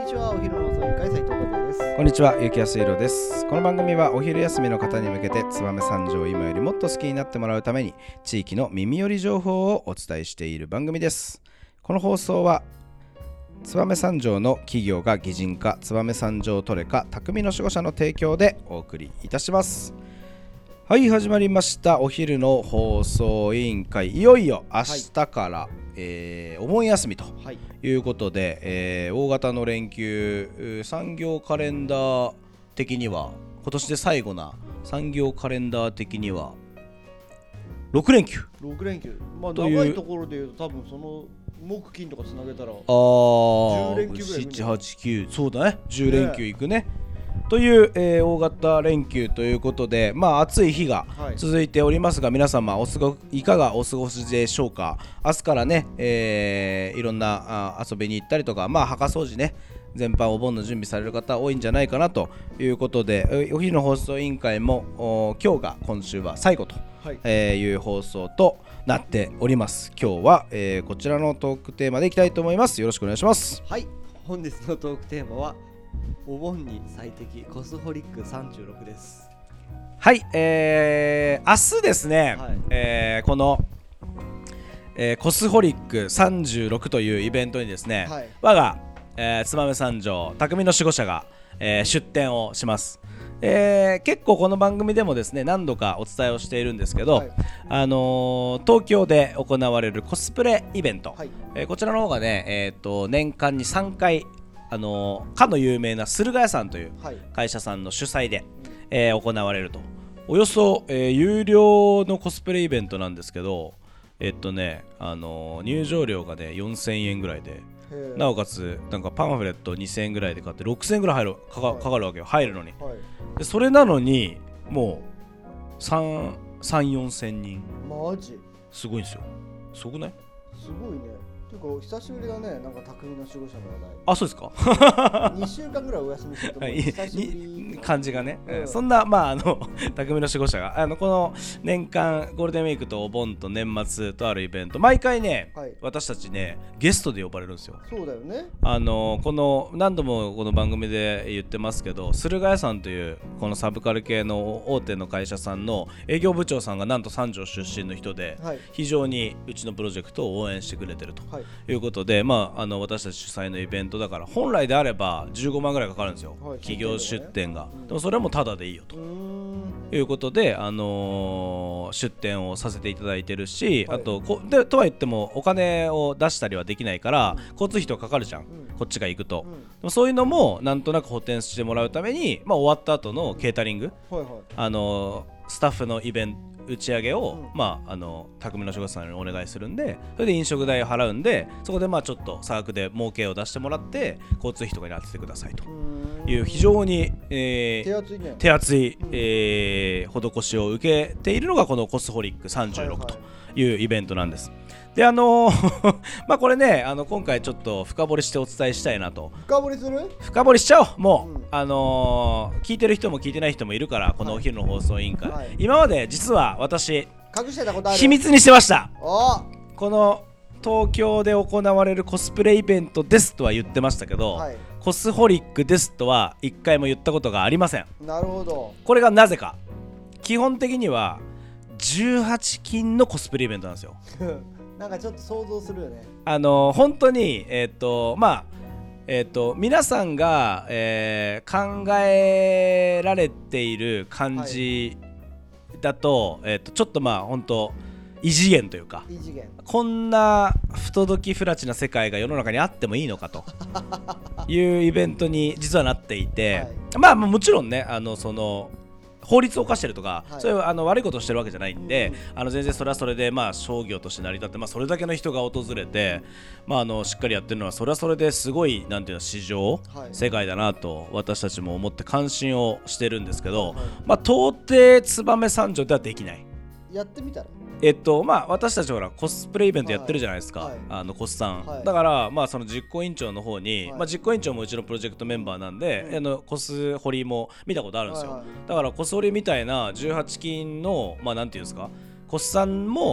ちは、お昼の放送委員会斉藤和也です。 こんにちは、ゆきやすいろです。この番組はお昼休みの方に向けて燕三条を今よりもっと好きになってもらうために地域の耳寄り情報をお伝えしている番組です。この放送は燕三条の企業が擬人化、燕三条トレカ、匠の守護者の提供でお送りいたします。はい、始まりました。お昼の放送委員会、いよいよ明日から、お盆休みということで、大型の連休、産業カレンダー的には今年で最後な産業カレンダー的には6連休。 6連休、長いところでいうと多分その木金とかつなげたら 10 連休ぐらい、 7、8、9、そうだね、10連休いくね。という、大型連休ということで、暑い日が続いておりますが、皆様いかがお過ごしでしょうか。明日からね、いろんな遊びに行ったりとか、墓掃除ね、全般お盆の準備される方多いんじゃないかなということで、お昼の放送委員会も今日が今週は最後と、いう放送となっております。今日は、こちらのトークテーマでいきたいと思います。よろしくお願いします。 はい、本日のトークテーマはお盆に最適コスホリック36です。 はい、明日ですね、この、コスホリック36というイベントにですね、我が、燕三条匠の守護者が、出展をします。結構この番組でもですね何度かお伝えをしているんですけど、東京で行われるコスプレイベント、こちらの方がね、年間に3回かの有名な駿河屋さんという会社さんの主催で、行われると。およそ、有料のコスプレイベントなんですけど、入場料がね4000円ぐらいで、なおかつなんかパンフレット2000円ぐらいで買って6000円ぐらいかかるわけよ、入るのに。でそれなのにもう3、4000人。 マジすごいんですよ。すごくない？ すごいね。てか久しぶりだね、なんか匠の守護者の話題。 あ、そうですか。 2週間ぐらいお休みしてると思う。久しぶり感じがね、そんな匠の守護者がこの年間ゴールデンウィークとお盆と年末とあるイベント、毎回ね、私たちねゲストで呼ばれるんですよ。 そうだよね。 この何度もこの番組で言ってますけど、駿河屋さんというこのサブカル系の大手の会社さんの営業部長さんがなんと三条出身の人で、非常にうちのプロジェクトを応援してくれてるということで、私たち主催のイベントだから本来であれば15万ぐらいかかるんですよ、企業出店が。でもそれはもうタダでいいよということで、出店をさせていただいてるし、あととは言ってもお金を出したりはできないから、交通費とかかるじゃん、こっちが行くと。でもそういうのもなんとなく補填してもらうために、終わった後のケータリング、スタッフのイベント打ち上げを、匠の守護者さんにお願いするんで、それで飲食代を払うんで、そこでちょっと差額で儲けを出してもらって交通費とかに当ててくださいという非常に、手厚い、施しを受けているのがこのコスホリック36というイベントなんです。でこれね今回ちょっと深掘りしてお伝えしたいなと。 深掘りする？ 深掘りしちゃおう。もう、聞いてる人も聞いてない人もいるから、このお昼の放送委員会、今まで実は私隠してたことある？ 秘密にしてました。この東京で行われるコスプレイベントですとは言ってましたけど、コスホリックですとは一回も言ったことがありません。 なるほど。これがなぜか、基本的には18金のコスプレイベントなんですよ。 なんかちょっと想像するよね。 本当に皆さんが、考えられている感じだと、ちょっと本当異次元というか、こんな不届き不埒な世界が世の中にあってもいいのかというイベントに実はなっていて、もちろんねその法律を犯してるとか、そういう悪いことをしてるわけじゃないんで、全然それはそれで商業として成り立って、それだけの人が訪れて、しっかりやってるのはそれはそれですごいなんていうの市場、世界だなと私たちも思って関心をしてるんですけど、到底燕三条ではできない。 やってみたら私たちほらコスプレイベントやってるじゃないですか、コスさん、だからその実行委員長の方に、実行委員長もうちのプロジェクトメンバーなんで、コスホリも見たことあるんですよ、だからコスホリみたいな18金のなんていうんですか、コスさんも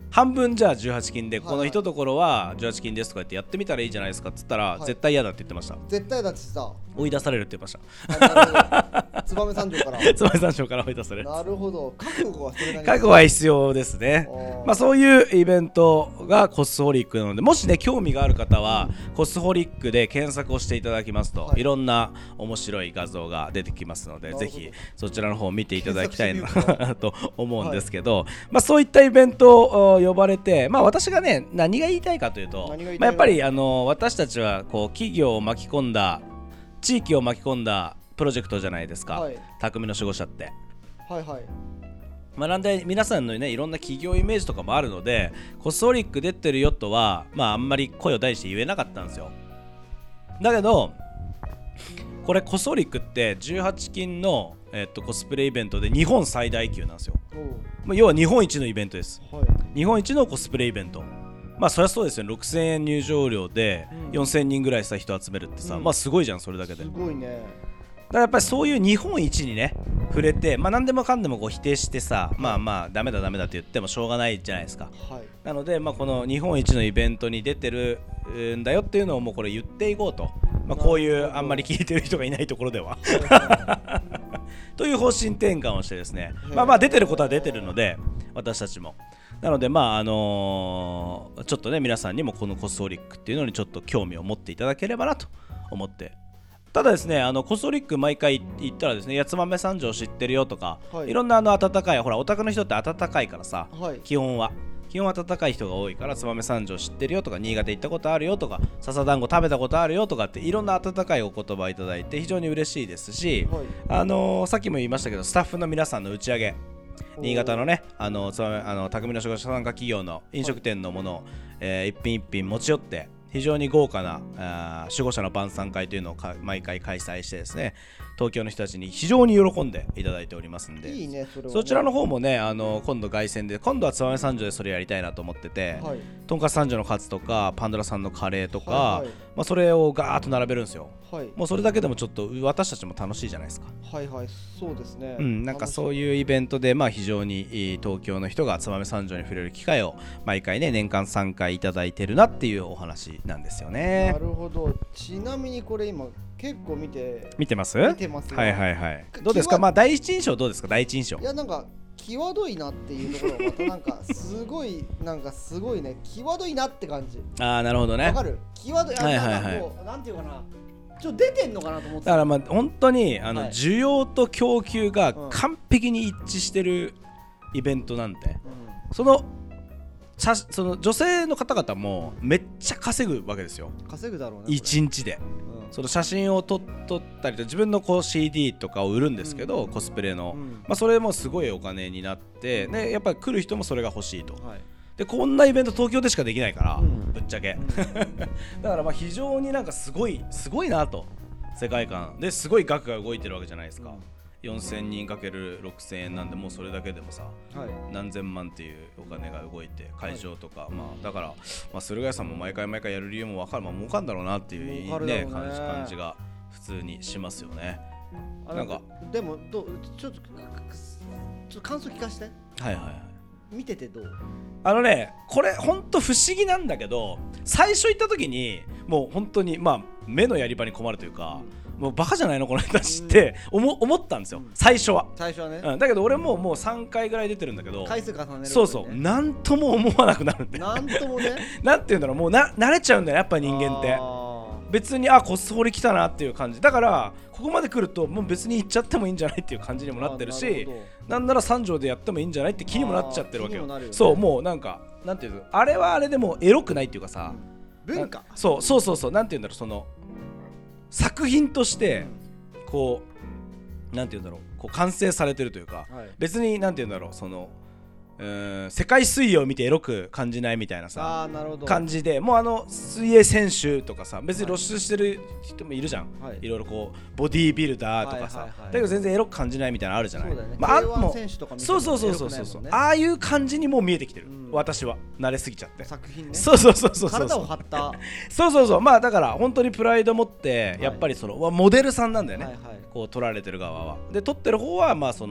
半分じゃあ18金で、 はいこの一ところは18金ですとか言ってやってみたらいいじゃないですかっつったら、 はい絶対嫌だって言ってました。 絶対だってさ、 追い出されるって言ってましなるほど燕三条からた。燕三条から追い出される。 なるほど、覚悟はそれなりに覚悟は必要ですね。まあ、そういうイベントがコスホリックなので、もしね興味がある方はコスホリックで検索をしていただきますと、 はいいろんな面白い画像が出てきますので、ぜひそちらの方を見ていただきたいなと思うんですけど、まあ、そういったイベントを呼ばれて、まあ、私がね何が言いたいかというと、まあ、やっぱり私たちはこう企業を巻き込んだ、地域を巻き込んだプロジェクトじゃないですか、 はい、 匠の守護者って。 はいはい。 まあ、なんで皆さんのねいろんな企業イメージとかもあるので、コスホリック出てるよとは、まあ、あんまり声を大にして言えなかったんですよ。だけどこれコスホリックって18金の、コスプレイベントで日本最大級なんですよ。まあ、要は日本一のイベントです、はい、日本一のコスプレイベント。まあそりゃそうですよね。6000円入場料で4000人ぐらいさ人集めるってさ、まあすごいじゃん、それだけで。すごいね。 だからやっぱりそういう日本一にね触れて、まあ何でもかんでもこう否定してさ、まあまあダメだダメだって言ってもしょうがないじゃないですか、はい、なのでまあこの日本一のイベントに出てるんだよっていうのをもうこれ言っていこうと、まあ、こういうあんまり聞いてる人がいないところではという方針転換をしてですね、まあまあ出てることは出てるので私たちもなのでまあちょっとね皆さんにもこのコスホリックっていうのにちょっと興味を持っていただければなと思って。ただですね、コスホリック毎回行ったらですね、八つ豆三条知ってるよとか、はい、いろんな温かい、ほらオタクの人って温かいからさ、はい、基本温かい人が多いから、燕三条知ってるよとか、新潟行ったことあるよとか、笹団子食べたことあるよとかっていろんな温かいお言葉いただいて非常に嬉しいですし、はい、さっきも言いましたけどスタッフの皆さんの打ち上げ、新潟のね匠の守護者参加企業の飲食店のものを、一品一品持ち寄って非常に豪華な守護者の晩餐会というのを毎回開催してですね、東京の人たちに非常に喜んでいただいておりますんで、 いいね、それはね、 そちらの方もね今度凱旋で、今度は燕三条でそれやりたいなと思ってて、はい、とんかつ三条のカツとかパンドラさんのカレーとか、はいはい、まあ、それをガーッと並べるんですよ、はい、もうそれだけでもちょっと私たちも楽しいじゃないですか。 はいはい、そうですね、 なんかそういうイベントで、まあ、非常に東京の人が燕三条に触れる機会を毎回ね年間3回いただいてるなっていうお話なんですよね。 なるほど。ちなみにこれ今結構見てます。 はいはいはい。どうですか、まあ、第一印象どうですか。第一印象、 いやなんか際どいなっていうところがまたなんかすごいね、際どいなって感じ。 ああなるほどね。 わかる。際どい、なんかこうなんていうかな、ちょっと出てんのかなと思ってた。 だからまあ本当に需要と供給が完璧に一致してるイベントなんで、その女性の方々もめっちゃ稼ぐわけですよ。 稼ぐだろうね。 1日で、その写真を撮ったりと自分のこう CD とかを売るんですけど、コスプレの、まあ、それもすごいお金になって、でやっぱり来る人もそれが欲しいと、はい、でこんなイベント東京でしかできないから、ぶっちゃけだからまあ非常になんかすごいなと、世界観ですごい額が動いてるわけじゃないですか、4000人かける6000円なんで、もうそれだけでもさ、はい、何千万っていうお金が動いて、会場とか、はい、まあだから、まあ、駿河屋さんも毎回やる理由も分かる、まあ儲かんだろうなっていうね感じが普通にしますよね。なんかでもちょっと感想聞かせて。はいはいはい。見ててどう？ これ本当不思議なんだけど、最初行った時にもう本当にまあ目のやり場に困るというか、もうバカじゃないのこの人たちって思ったんですよ、最初はね、だけど俺もう3回ぐらい出てるんだけど、 回数重ねる、ね、 そうなんとも思わなくなるんで、 なんともねなんていうんだろう、もう慣れちゃうんだよやっぱ人間って。別にコスホリ来たなっていう感じだから、ここまで来るともう別に行っちゃってもいいんじゃないっていう感じにもなってるし、なんなら三条でやってもいいんじゃないって気にもなっちゃってるわけよ。そう、もうなんかなんていうの、あれはあれでもエロくないっていうかさ、 文化、 そうなんていうんだろう、その作品としてこうなんていうんだろう、こう完成されてるというか、別になんていうんだろう、その世界水泳を見てエロく感じないみたいなさ感じで、もう水泳選手とかさ、別に露出してる人もいるじゃん、はい、いろいろこうボディービルダーとかさ、だけど全然エロく感じないみたいなのあるじゃない。そうだよね、まあ、 K1 選手とか見てもそう、ああいう感じにもう見えてきてる、私は慣れすぎちゃって、 作品ね、 そう体を張ったそうまあだから本当にプライド持ってやっぱりそのモデルさんなんだよね、こう撮られてる側は。で撮ってる方はまあその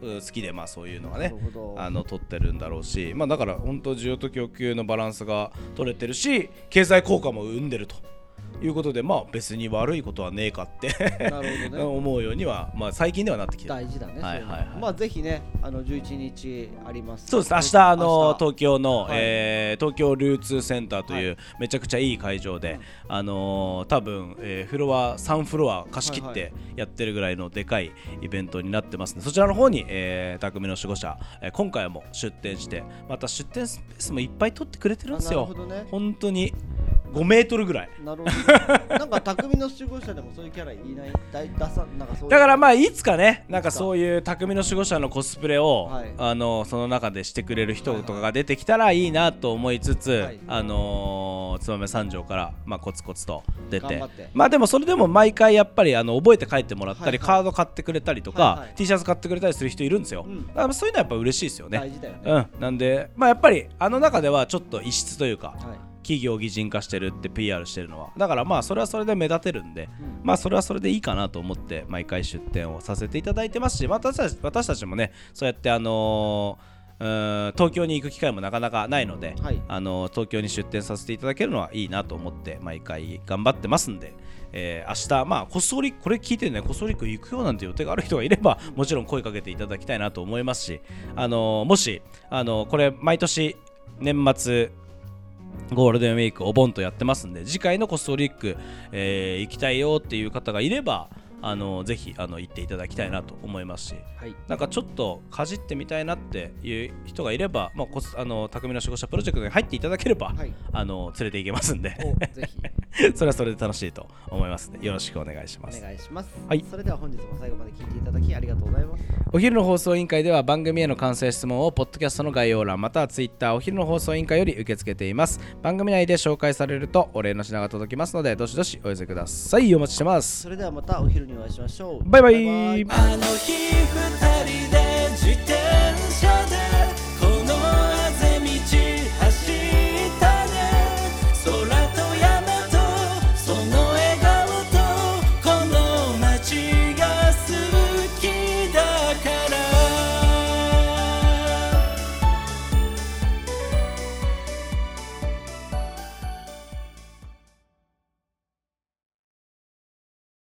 好きでそういうのがね取ってるんだろうし、だから本当需要と供給のバランスが取れてるし経済効果も生んでるということで、別に悪いことはねえかってなるほど、ね、思うようには、最近ではなってきてる。 大事だね。ぜひね11日あります。 そうです。明日東京の、東京流通センターというめちゃくちゃいい会場で、多分、フロア3フロア貸し切ってやってるぐらいのでかいイベントになってますので、そちらの方に、匠の守護者、今回も出店して、また出店スペースもいっぱい取ってくれてるんですよ。本当に5メートルぐらい。なるほど。 なんか匠の守護者でもそういうキャラいない、なんかそういう。 だからいつかね、なんかそういう匠の守護者のコスプレを、その中でしてくれる人とかが出てきたらいいなと思いつつ、燕三条からコツコツと出て、でもそれでも毎回やっぱり覚えて帰ってもらったり、カード買ってくれたりとか、T シャツ買ってくれたりする人いるんですよ。だからそういうのはやっぱ嬉しいですよね。 大事だよね。 なんでやっぱり中ではちょっと異質というか。企業擬人化してるって PR してるのは、だからそれはそれで目立てるんで、それはそれでいいかなと思って毎回出店をさせていただいてますし、私たちもねそうやって東京に行く機会もなかなかないので、東京に出店させていただけるのはいいなと思って毎回頑張ってますんで、明日コストリックこれ聞いてね、コストリック行くよなんて予定がある人がいればもちろん声かけていただきたいなと思いますし、もしこれ毎年年末ゴールデンウィークお盆とやってますんで、次回のコストリック、行きたいよっていう方がいればぜひ行っていただきたいなと思いますし、なんかちょっとかじってみたいなっていう人がいれば、匠の守護者プロジェクトに入っていただければ、連れて行けますんでぜひそれはそれで楽しいと思いますので、よろしくお願いします。 お願いします。それでは本日も最後まで聞いていただきありがとうございます。 お昼の放送委員会では番組への感想質問をポッドキャストの概要欄またはツイッターお昼の放送委員会より受け付けています。番組内で紹介されるとお礼の品が届きますので、どしどしお寄せください。お待ちしてます。 それではまたお昼にお会いしましょう。 バイバイ。 あの日